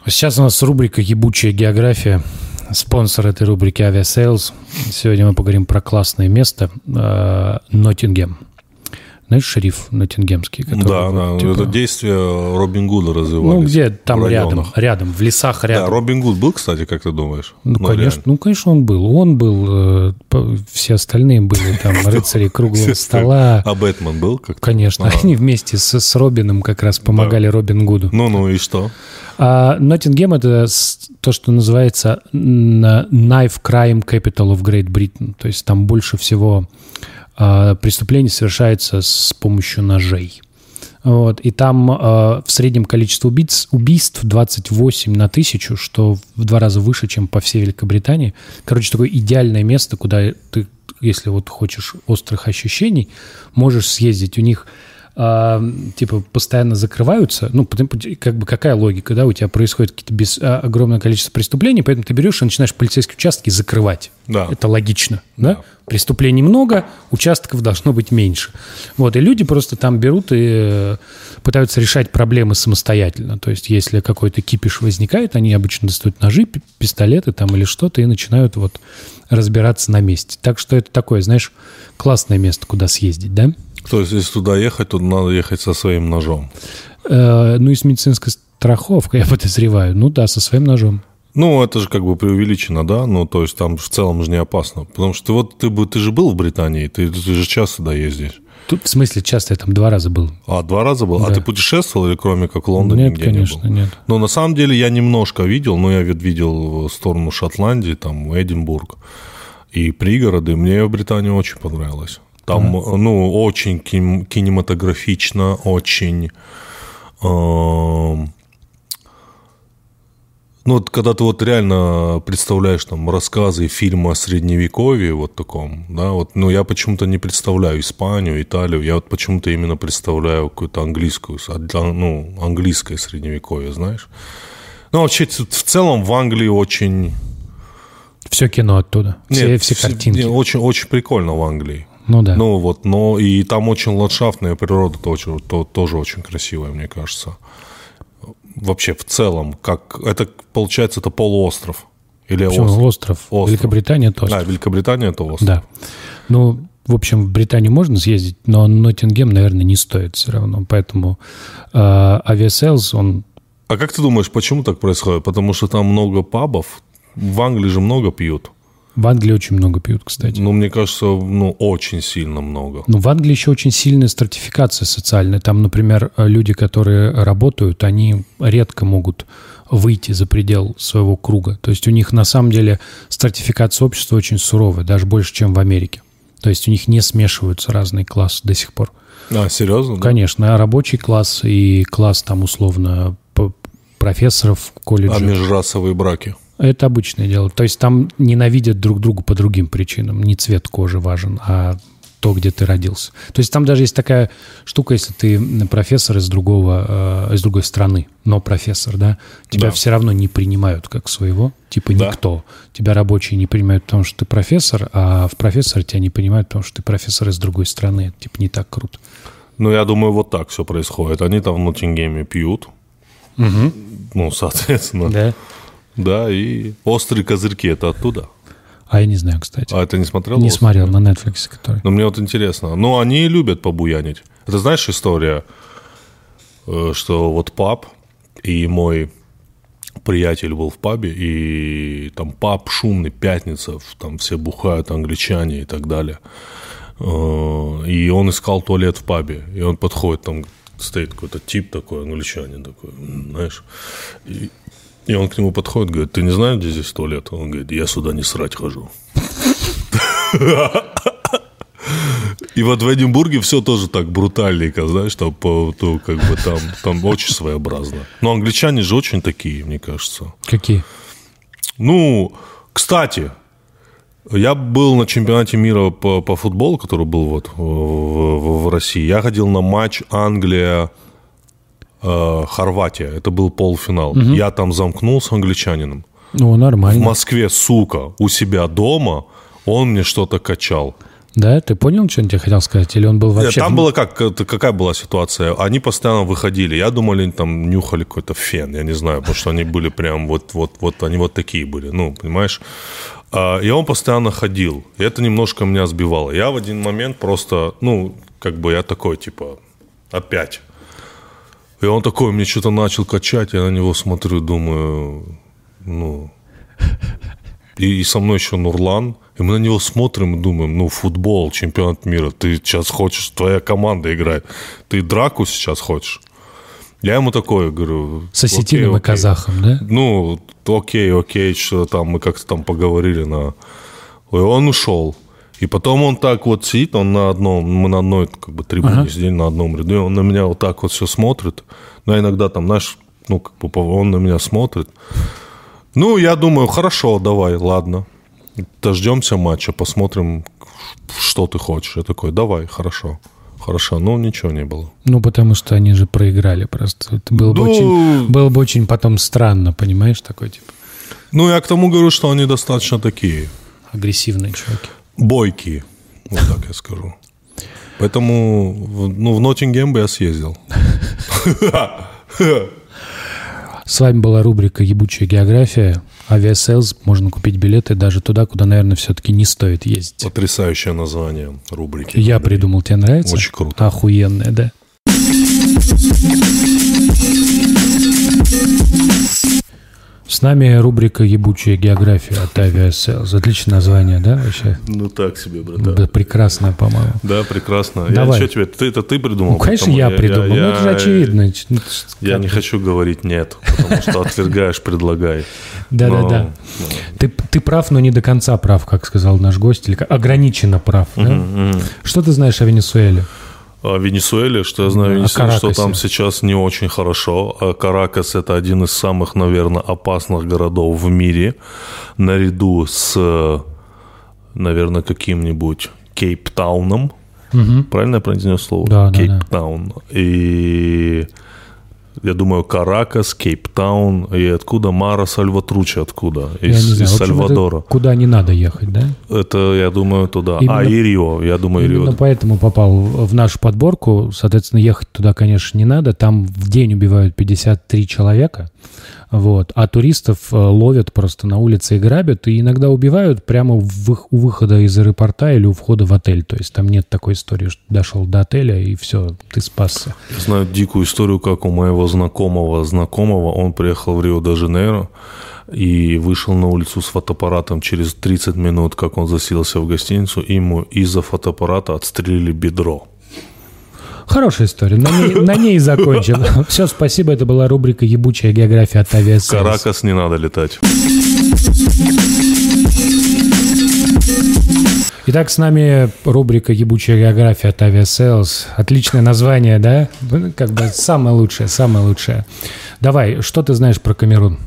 Сейчас у нас рубрика «Ебучая география». Спонсор этой рубрики «Авиасейлс». Сегодня мы поговорим про классное место Ноттингем. Знаешь, шериф ноттингемский? Да, типа... это действие Робин Гуда развивались. Ну, где там рядом, в лесах рядом. Да, Робин Гуд был, кстати, как ты думаешь? Конечно, он был. Он был, все остальные были там рыцари круглого стола. А Бэтмен был? Конечно, они вместе с Робином как раз помогали Робин Гуду. Ну и что? Ноттингем — это то, что называется Knife Crime Capital of Great Britain. То есть там больше всего... преступление совершается с помощью ножей. Вот. И там в среднем количество убийств 28 на 1000, что в 2 раза выше, чем по всей Великобритании. Короче, такое идеальное место, куда ты, если вот хочешь острых ощущений, можешь съездить. У них типа постоянно закрываются. Ну, как бы какая логика, да? У тебя происходит огромное количество преступлений, поэтому ты берешь и начинаешь полицейские участки закрывать. Да. Это логично, да? Преступлений много, участков должно быть меньше. Вот, и люди просто там берут и пытаются решать проблемы самостоятельно. То есть, если какой-то кипиш возникает, они обычно достают ножи, пистолеты там или что-то и начинают вот разбираться на месте. Так что это такое, знаешь, классное место, куда съездить, да? То есть, если туда ехать, то надо ехать со своим ножом? Ну, и с медицинской страховкой, я подозреваю. Ну да, со своим ножом. Ну, это же как бы преувеличено, да? Ну, то есть, там в целом же не опасно. Потому что вот ты же был в Британии, ты же часто туда ездишь. Тут, в смысле, часто? Я там 2 раза был. 2 раза был? Да. А ты путешествовал или кроме как в Лондоне нет, нигде конечно, не был? Нет, Но на самом деле я немножко видел, я видел сторону Шотландии, там Эдинбург и пригороды. Мне в Британии очень понравилось. Там, очень кинематографично, очень... когда ты вот реально представляешь там рассказы и фильмы о Средневековье, вот таком, да, я почему-то не представляю Испанию, Италию, я вот почему-то именно представляю какую-то английское Средневековье, знаешь. Вообще, в целом в Англии очень... Все кино оттуда, все картинки. Очень, очень прикольно в Англии. Ну да. И там очень ландшафтная природа, тоже очень красивая, мне кажется. Вообще, в целом, это получается, это полуостров. Или остров? Великобритания — это остров. Великобритания — это остров. Да. В общем, в Британию можно съездить, но Ноттингем, наверное, не стоит все равно. Поэтому Авиасейлс, он... А как ты думаешь, почему так происходит? Потому что там много пабов. В Англии же много пьют. В Англии очень много пьют, кстати. Мне кажется, очень сильно много. В Англии еще очень сильная стратификация социальная. Там, например, люди, которые работают, они редко могут выйти за предел своего круга. То есть у них на самом деле стратификация общества очень суровая, даже больше, чем в Америке. То есть у них не смешиваются разные классы до сих пор. Серьезно? Конечно. Рабочий класс и класс там условно профессоров в колледже. А межрасовые браки? Это обычное дело. То есть там ненавидят друг друга по другим причинам. Не цвет кожи важен, а то, где ты родился. То есть там даже есть такая штука, если ты профессор из другой страны, но профессор, да, тебя все равно не принимают как своего, никто. Тебя рабочие не принимают, потому что ты профессор, а в профессора тебя не принимают, потому что ты профессор из другой страны. Это не так круто. Я думаю, вот так все происходит. Они там в Ноттингеме пьют. Угу. Соответственно. Да. Да, и «Острые козырьки» — это оттуда. А я не знаю, кстати. А это не смотрел? Не смотрел, на Netflix который. Мне вот интересно. Они любят побуянить. Это знаешь история, что вот паб, и мой приятель был в пабе, и там паб шумный, пятница, там все бухают, англичане и так далее. И он искал туалет в пабе, и он подходит, там стоит какой-то тип такой, англичанин такой, знаешь, и он к нему подходит, говорит: ты не знаешь, где здесь туалет? Он говорит: я сюда не срать хожу. И вот в Эдинбурге все тоже так брутальненько, знаешь, там очень своеобразно. Но англичане же очень такие, мне кажется. Какие? Кстати, я был на чемпионате мира по футболу, который был в России. Я ходил на матч Англия-Хорватия. Это был полуфинал. Угу. Я там замкнул с англичанином. Нормально. В Москве, сука, у себя дома он мне что-то качал. Да? Ты понял, что он тебе хотел сказать? Или он был вообще... Там была какая была ситуация? Они постоянно выходили. Я думал, они там нюхали какой-то фен, я не знаю, потому что они были прям вот они вот такие были, ну, понимаешь? И он постоянно ходил. И это немножко меня сбивало. Я в один момент просто, ну, как бы я такой, типа, опять. И он такой мне что-то начал качать, я на него смотрю, думаю, ну... И со мной еще Нурлан. И мы на него смотрим и думаем, ну, футбол, чемпионат мира. Ты сейчас хочешь, твоя команда играет. Ты драку сейчас хочешь? Я ему такое говорю... С осетином и казахом, да? Ну, окей, что там мы как-то там поговорили И он ушел. И потом он так вот сидит, мы на одной как бы трибуне сидим, на одном ряду, и он на меня вот так вот все смотрит. Но иногда там, знаешь, ну, как бы он на меня смотрит. Ну, я думаю, хорошо, давай, ладно. Дождемся матча, посмотрим, что ты хочешь. Я такой, давай, хорошо. Ну, ничего не было. Ну, потому что они же проиграли просто. Это было бы очень потом странно, понимаешь, такой типа. Ну, я к тому говорю, что они достаточно такие. Агрессивные чуваки. Бойкие, вот так я скажу. Поэтому, ну, в Ноттингем бы я съездил. С вами была рубрика «Ебучая география». Авиасейлс. Можно купить билеты даже туда, куда, наверное, все-таки не стоит ездить. Потрясающее название рубрики. Я придумал. Тебе нравится? Очень круто. Охуенное, да. С нами рубрика «Ебучая география» от Авиасейлс. Отличное название, да, вообще? Ну, так себе, братан. Да, прекрасное, по-моему. Да, прекрасно. Давай. Это ты придумал? Ну, конечно, я придумал. Ну, это же очевидно. Я не хочу говорить «нет», потому что отвергаешь, предлагай. Да. Ты прав, но не до конца прав, как сказал наш гость, или ограниченно прав. Да? Что ты знаешь о Венесуэле? О Венесуэле, что я знаю, что там сейчас не очень хорошо. Каракас – это один из самых, наверное, опасных городов в мире, наряду с, наверное, каким-нибудь Кейптауном. Правильно я произнес слово? Да, Кейптаун. И я думаю, Каракас, Кейптаун, и откуда Мара Сальватруча, откуда? Из Сальвадора. Куда не надо ехать, да? Это, я думаю, туда. Именно, и Рио, я думаю, Рио. Именно поэтому попал в нашу подборку. Соответственно, ехать туда, конечно, не надо. Там в день убивают 53 человека. Вот. А туристов ловят просто на улице и грабят, и иногда убивают прямо у выхода из аэропорта или у входа в отель. То есть там нет такой истории, что дошел до отеля, и все, ты спасся. Я знаю дикую историю, как у моего знакомого, он приехал в Рио-де-Жанейро и вышел на улицу с фотоаппаратом через 30 минут, как он заселился в гостиницу, и ему из-за фотоаппарата отстрелили бедро. Хорошая история. На ней и закончим. Все, спасибо. Это была рубрика «Ебучая география» от Авиасейлс. В Каракас не надо летать. Итак, с нами рубрика «Ебучая география» от Авиасейлс. Отличное название, да? Как бы самое лучшее. Давай, что ты знаешь про Камерун?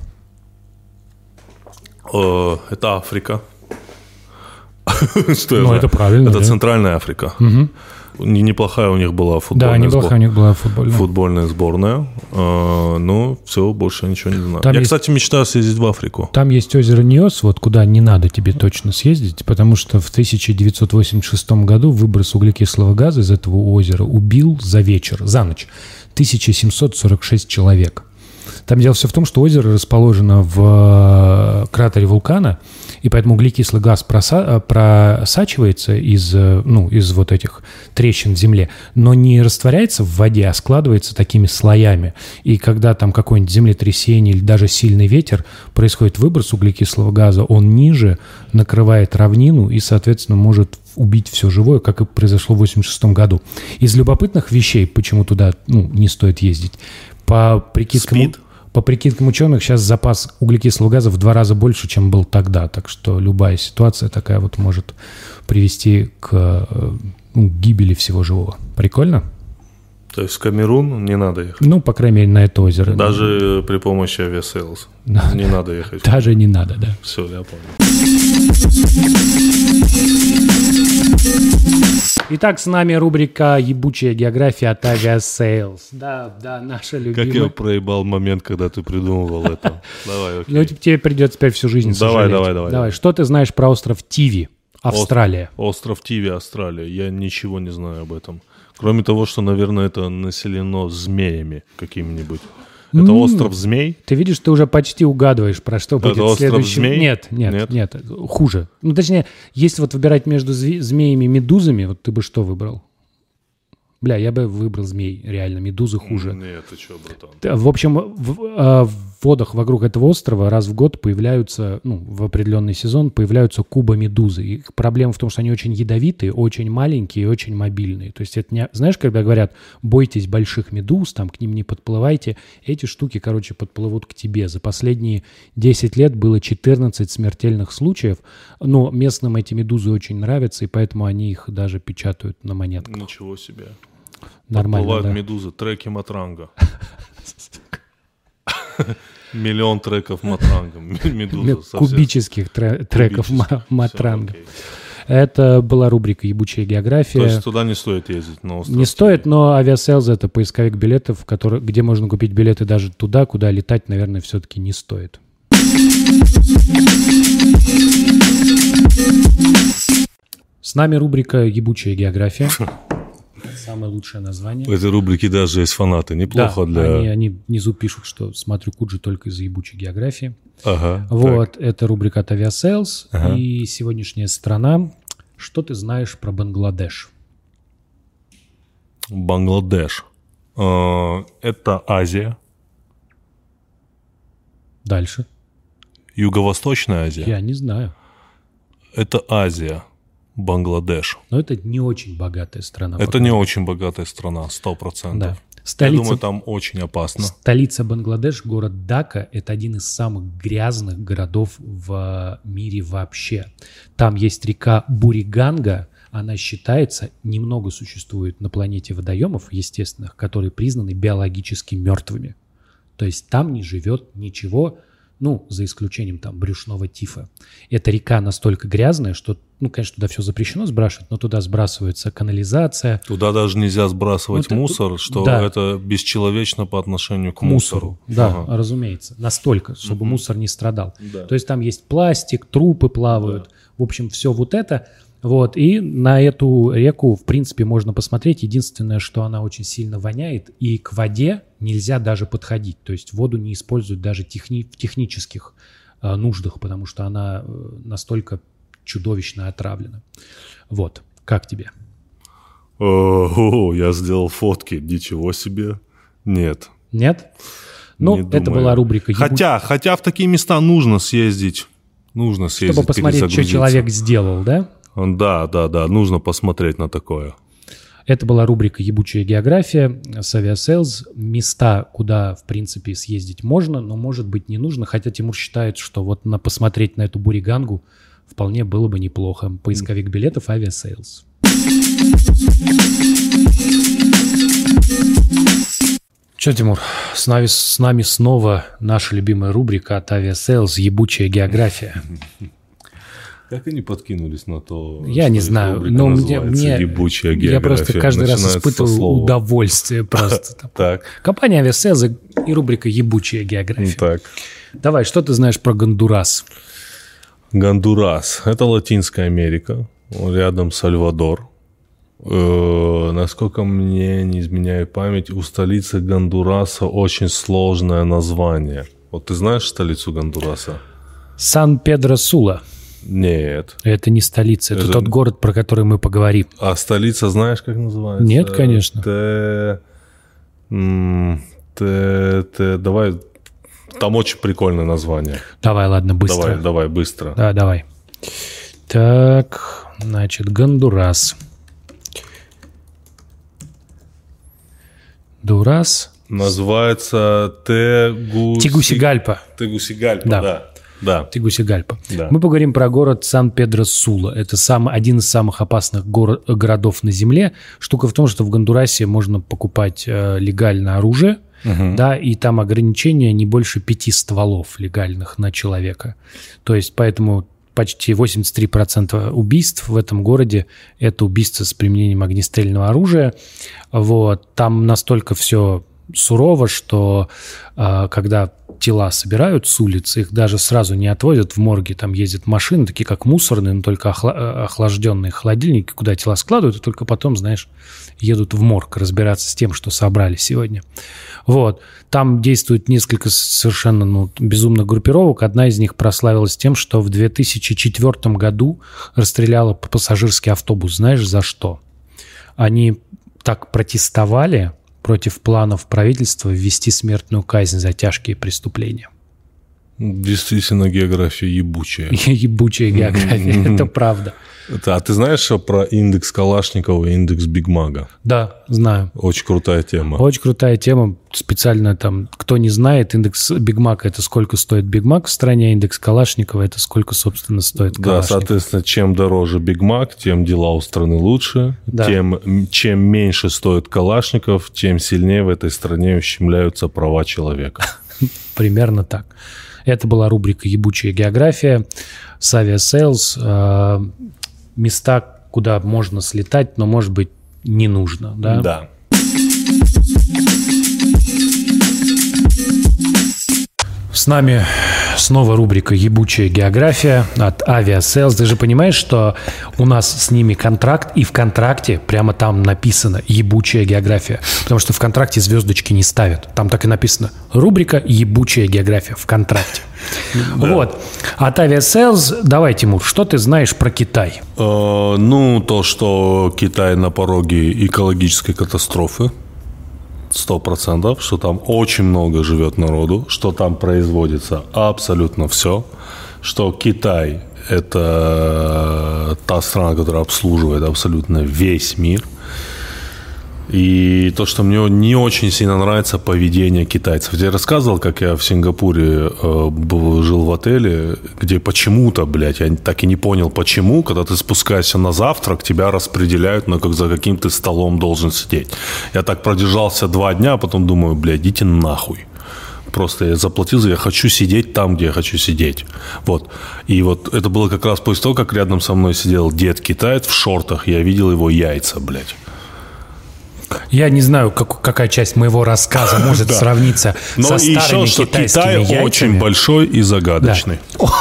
Это Африка. Что я знаю? Это правильно. Это Центральная Африка. Неплохая у них была футбольная сборная. Но все, больше ничего не знаю. Я, кстати, мечтаю съездить в Африку. Там есть озеро Ниос, вот куда не надо тебе точно съездить, потому что в 1986 году выброс углекислого газа из этого озера убил за ночь 1746 человек. Там дело все в том, что озеро расположено в кратере вулкана, и поэтому углекислый газ просачивается из вот этих трещин в земле, но не растворяется в воде, а складывается такими слоями. И когда там какое-нибудь землетрясение или даже сильный ветер, происходит выброс углекислого газа, он ниже накрывает равнину и, соответственно, может убить все живое, как и произошло в 1986 году. Из любопытных вещей, почему туда не стоит ездить, по прикидкам ученых, сейчас запас углекислого газа в 2 раза больше, чем был тогда. Так что любая ситуация такая вот может привести к гибели всего живого. Прикольно? То есть в Камерун не надо ехать? По крайней мере, на это озеро. Даже при помощи авиасейлс не надо ехать? Даже не надо, да. Все, я понял. Итак, с нами рубрика «Ебучая география» от Авиасейлс. Да, наша любимая. Как я проебал момент, когда ты придумывал это. Давай, окей. Тебе придется теперь всю жизнь сожалеть. Давай. Что ты знаешь про остров Тиви? Австралия. Остров Тиви, Австралия. Я ничего не знаю об этом. Кроме того, что, наверное, это населено змеями какими-нибудь. Это остров змей? Ты видишь, ты уже почти угадываешь, про что будет остров следующий. змей? Нет. Хуже. Ну, точнее, если вот выбирать между змеями и медузами, вот ты бы что выбрал? Бля, я бы выбрал змей, реально, медузы хуже. Нет, ты что, братан? В общем, в водах вокруг этого острова раз в год появляются, ну, в определенный сезон появляются куба-медузы. И проблема в том, что они очень ядовитые, очень маленькие и очень мобильные. То есть это не... Знаешь, когда говорят, бойтесь больших медуз, там, к ним не подплывайте, эти штуки, короче, подплывут к тебе. За последние 10 лет было 14 смертельных случаев, но местным эти медузы очень нравятся, и поэтому они их даже печатают на монетках. Ничего себе. Нормально, подплывают да. медузы, треки Матранга. Миллион треков Матранга. Медуза. Кубических треков Матранга. Это была рубрика «Ебучая география». То есть туда не стоит ездить на остров? Не стоит, но Aviasales — это поисковик билетов, где можно купить билеты даже туда, куда летать, наверное, все-таки не стоит. С нами рубрика «Ебучая география». Самое лучшее название. В этой рубрике даже есть фанаты. Неплохо да, для... они внизу пишут, что смотрю Куджи только из-за ебучей географии. Ага, вот, так. это рубрика от Aviasales. Ага. И сегодняшняя страна. Что ты знаешь про Бангладеш? Бангладеш. Это Азия. Дальше. Юго-Восточная Азия. Я не знаю. Это Азия. Бангладеш. Но это не очень богатая страна. Это не очень богатая страна, 100%. Да. Я думаю, там очень опасно. Столица Бангладеш, город Дака, это один из самых грязных городов в мире вообще. Там есть река Буриганга. Она считается, немного существует на планете водоемов естественных, которые признаны биологически мертвыми. То есть там не живет ничего, ну, за исключением там брюшного тифа. Эта река настолько грязная, что, ну, конечно, туда все запрещено сбрасывать, но туда сбрасывается канализация. Туда даже нельзя сбрасывать мусор, что да. Это бесчеловечно по отношению к мусору. Да, ага. Разумеется. Настолько, чтобы мусор не страдал. Да. То есть там есть пластик, трупы плавают. Да. В общем, все вот это. Вот, и на эту реку, в принципе, можно посмотреть. Единственное, что она очень сильно воняет, и к воде нельзя даже подходить. То есть воду не используют даже в технических нуждах, потому что она настолько чудовищно отравлена. Вот, как тебе? Я сделал фотки. Ничего себе. Нет. Нет? Ну, не это думаю. Была рубрика. Хотя в такие места нужно съездить. Чтобы посмотреть, что человек сделал, да? Да, нужно посмотреть на такое. Это была рубрика «Ебучая география» с Aviasales. Места, куда, в принципе, съездить можно, но, может быть, не нужно. Хотя Тимур считает, что вот посмотреть на эту Буригангу вполне было бы неплохо. Поисковик билетов Aviasales. Че, Тимур, с нами снова наша любимая рубрика от Aviasales «Ебучая география». Как они подкинулись на то, я не знаю, но мне «Ебучая география». Я просто каждый раз испытываю удовольствие просто. Так. Компания Aviasales и рубрика «Ебучая география». Так. Давай, что ты знаешь про Гондурас? Гондурас – это Латинская Америка, рядом Сальвадор. Насколько мне не изменяет память, у столицы Гондураса очень сложное название. Вот ты знаешь столицу Гондураса? Сан-Педро-Сула. Нет. Это не столица, это тот город, про который мы поговорим. А столица знаешь, как называется? Нет, конечно. Давай, там очень прикольное название. Давай, ладно, быстро. Давай, быстро. Да, давай. Так, значит, Гондурас. Дурас. Называется Тегусигальпа. Тегусигальпа, да. Тегусигальпа. Да. Мы поговорим про город Сан-Педро-Сула. Это один из самых опасных городов на Земле. Штука в том, что в Гондурасе можно покупать легально оружие, да, и там ограничение не больше 5 стволов легальных на человека. То есть поэтому почти 83% убийств в этом городе – это убийства с применением огнестрельного оружия. Вот. Там настолько все сурово, что когда тела собирают с улицы, их даже сразу не отвозят в морги, там ездят машины, такие как мусорные, но только охлажденные холодильники, куда тела складывают, и только потом, знаешь, едут в морг разбираться с тем, что собрали сегодня. Вот. Там действует несколько совершенно безумных группировок. Одна из них прославилась тем, что в 2004 году расстреляла пассажирский автобус. Знаешь, за что? Они так протестовали против планов правительства ввести смертную казнь за тяжкие преступления. Действительно, география ебучая. Ебучая география, это правда. А ты знаешь про индекс Калашникова и индекс Бигмага? Да, знаю. Очень крутая тема. Очень крутая тема. Специально там, кто не знает, индекс Бигмака – это сколько стоит Бигмак в стране, индекс Калашникова – это сколько, собственно, стоит Калашников. Да, соответственно, чем дороже Бигмак, тем дела у страны лучше. Да. Чем меньше стоит Калашников, тем сильнее в этой стране ущемляются права человека. Примерно так. Это была рубрика «Ебучая география» с Aviasales. Места, куда можно слетать, но, может быть, не нужно. Да. Да. С нами снова рубрика «Ебучая география» от Aviasales. Ты же понимаешь, что у нас с ними контракт, и в контракте прямо там написано «Ебучая география», потому что в контракте звездочки не ставят. Там так и написано «Рубрика «Ебучая география» в контракте». Да. Вот. От Aviasales, давай, Тимур, что ты знаешь про Китай? То, что Китай на пороге экологической катастрофы. 100%, что там очень много живет народу, что там производится абсолютно все, что Китай – это та страна, которая обслуживает абсолютно весь мир. И то, что мне не очень сильно нравится поведение китайцев. Я рассказывал, как я в Сингапуре жил в отеле, где почему-то, я так и не понял, почему, когда ты спускаешься на завтрак, тебя распределяют, за каким ты столом должен сидеть. Я так продержался 2 дня, а потом думаю, идите нахуй. Просто я заплатил, я хочу сидеть там, где я хочу сидеть. Вот. И вот это было как раз после того, как рядом со мной сидел дед-китаец в шортах, я видел его яйца, Я не знаю, какая часть моего рассказа может сравниться со старыми китайскими яйцами. Китай очень большой и загадочный.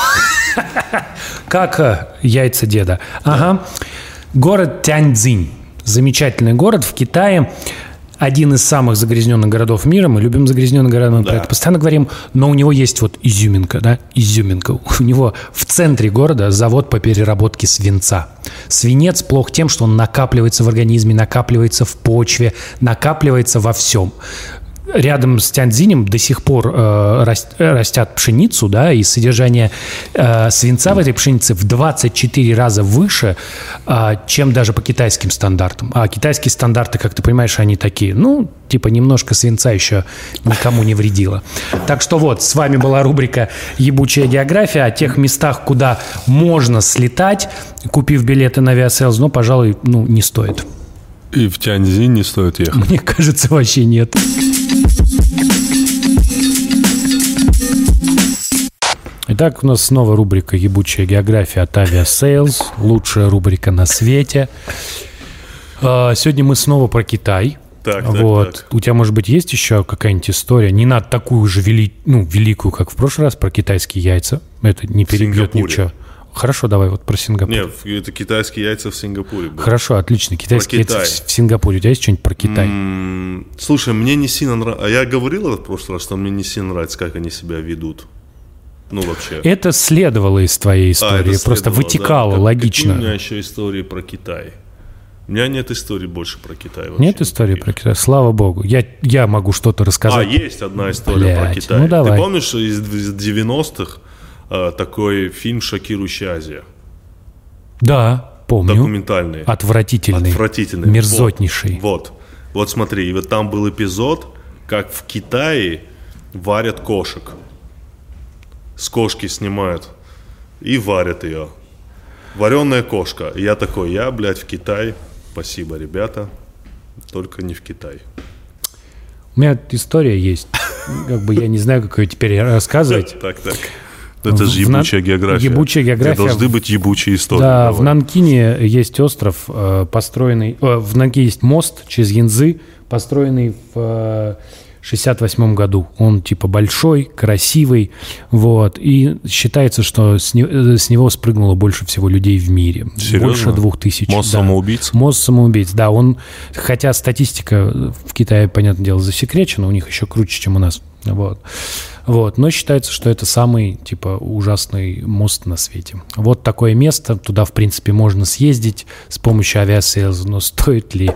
Как яйца деда. Ага. Город Тяньцзинь. Замечательный город в Китае. Один из самых загрязненных городов мира. Мы любим загрязненные города, мы про это постоянно говорим. Но у него есть изюминка, да? Изюминка. У него в центре города завод по переработке свинца. Свинец плох тем, что он накапливается в организме, накапливается в почве, накапливается во всем. Рядом с Тяньцзинем до сих пор растят пшеницу, да, и содержание свинца в этой пшенице в 24 раза выше, чем даже по китайским стандартам. А китайские стандарты, как ты понимаешь, они такие, немножко свинца еще никому не вредило. Так что вот, с вами была рубрика «Ебучая география» о тех местах, куда можно слетать, купив билеты на Aviasales, но, пожалуй, не стоит. И в Тяньцзинь не стоит ехать? Мне кажется, вообще нет. Итак, у нас снова рубрика «Ебучая география» от Aviasales. Лучшая рубрика на свете. Сегодня мы снова про Китай. Так. У тебя, может быть, есть еще какая-нибудь история? Не надо такую же великую, как в прошлый раз, про китайские яйца. Это не перебьет ничего. Хорошо, давай про Сингапур. Нет, это китайские яйца в Сингапуре были. Хорошо, отлично. Китайские яйца в Сингапуре. У тебя есть что-нибудь про Китай? Слушай, мне не сильно нравится. А я говорил в прошлый раз, что мне не сильно нравится, как они себя ведут. Вообще. Это следовало из твоей истории. Просто вытекало логично. Какие у меня еще истории про Китай? У меня нет истории больше про Китай. Нет истории про Китай? Слава богу. Я могу что-то рассказать. Есть одна история про Китай. Давай. Ты помнишь, из 90-х такой фильм «Шокирующая Азия»? Да, помню. Документальный. Отвратительный. Мерзотнейший. Вот смотри, и вот там был эпизод, как в Китае варят кошек. С кошки снимают и варят ее. Вареная кошка. И я такой, в Китай. Спасибо, ребята. Только не в Китай. У меня история есть. Я не знаю, как ее теперь рассказывать. Так. Это же ебучая география. Ебучая география. Должны быть ебучие истории. Да, давай. В Нанкине есть остров, построенный... В Нанкине есть мост через Янцзы, построенный в 1968 году. Он типа большой, красивый, вот, и считается, что с него спрыгнуло больше всего людей в мире. Серьезно? Больше 2000. Мост самоубийц? Мост самоубийц, да. Он, хотя статистика в Китае, понятное дело, засекречена, у них еще круче, чем у нас. Вот. Но считается, что это самый, типа, ужасный мост на свете. Вот такое место. Туда, в принципе, можно съездить с помощью авиасейлс, но стоит ли?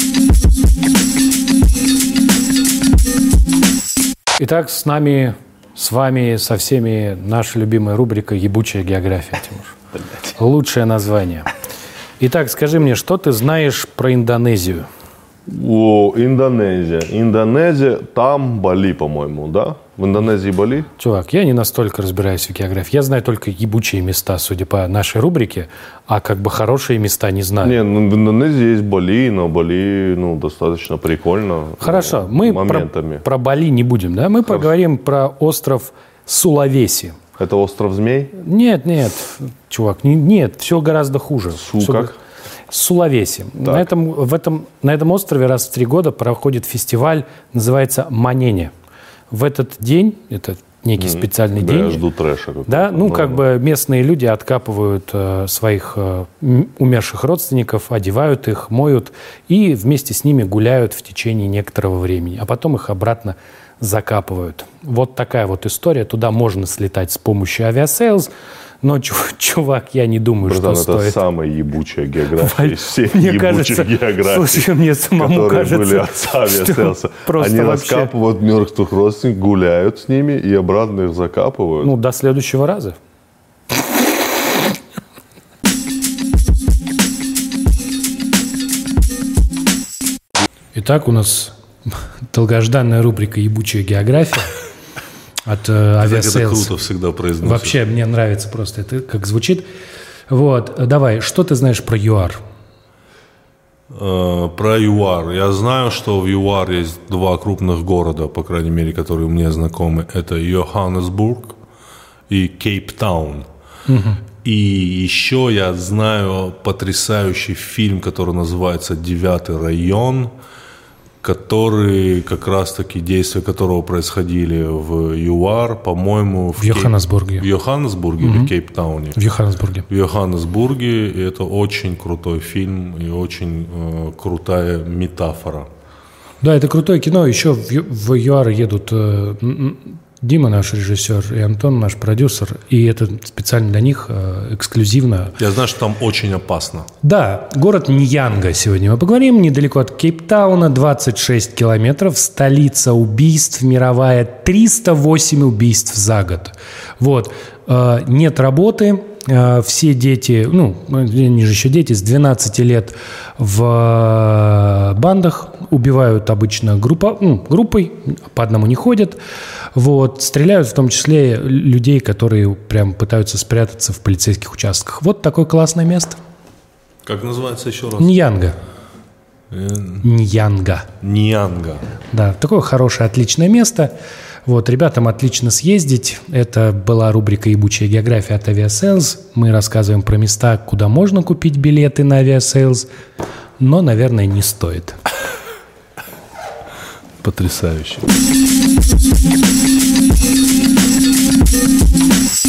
Итак, с вами, со всеми наша любимая рубрика «Ебучая география», Тимур. Лучшее название. Итак, скажи мне, что ты знаешь про Индонезию? О, Индонезия. Индонезия, там Бали, по-моему, да? В Индонезии Бали? Чувак, я не настолько разбираюсь в географии. Я знаю только ебучие места, судя по нашей рубрике, а как бы хорошие места не знаю. Не, ну в Индонезии есть Бали, но Бали, достаточно прикольно. Хорошо, мы про Бали не будем, да? Мы поговорим про остров Сулавеси. Это остров Змей? Нет, чувак, нет, все гораздо хуже. Как? Сулавеси. На этом острове раз в 3 года проходит фестиваль, называется Манене. В этот день, это некий специальный день. Я жду трэша. Да, как бы местные люди откапывают своих умерших родственников, одевают их, моют и вместе с ними гуляют в течение некоторого времени, а потом их обратно закапывают. Вот такая вот история. Туда можно слетать с помощью авиасейлс, но, чувак, я не думаю, Братан, что стоит. это самая ебучая география из всех мне ебучих кажется, географий, слушай, мне самому которые кажется, были от авиаселса. Они раскапывают мертвых родственников, гуляют с ними и обратно их закапывают. До следующего раза. Итак, у нас долгожданная рубрика «Ебучая география» от авиасейлс. Это круто всегда произносишь. Вообще, мне нравится просто это, как звучит. Вот, давай, что ты знаешь про ЮАР? Про ЮАР. Я знаю, что в ЮАР есть 2 крупных города, по крайней мере, которые мне знакомы. Это Йоханнесбург и Кейптаун. И еще я знаю потрясающий фильм, который называется «9-й район», который как раз-таки действия которого происходили в ЮАР, по-моему, в Йоханнесбурге. В Йоханнесбурге или в Кейптауне? В Йоханнесбурге. В Йоханнесбурге. И это очень крутой фильм и очень крутая метафора. Да, это крутое кино. Еще в ЮАР едут Дима, наш режиссер, и Антон, наш продюсер. И это специально для них, эксклюзивно. Я знаю, что там очень опасно. Да, город Ньянга сегодня мы поговорим. Недалеко от Кейптауна, 26 километров. Столица убийств мировая, 308 убийств за год. Вот. Нет работы. Все дети, они же еще дети, с 12 лет в бандах, убивают обычно группой, по одному не ходят, вот, стреляют в том числе людей, которые прям пытаются спрятаться в полицейских участках. Вот такое классное место. Как называется еще раз? Ньянга. Ньянга. Да, такое хорошее, отличное место. Вот, ребятам отлично съездить. Это была рубрика «Ебучая география» от авиасейлс. Мы рассказываем про места, куда можно купить билеты на авиасейлс, но, наверное, не стоит. Потрясающе.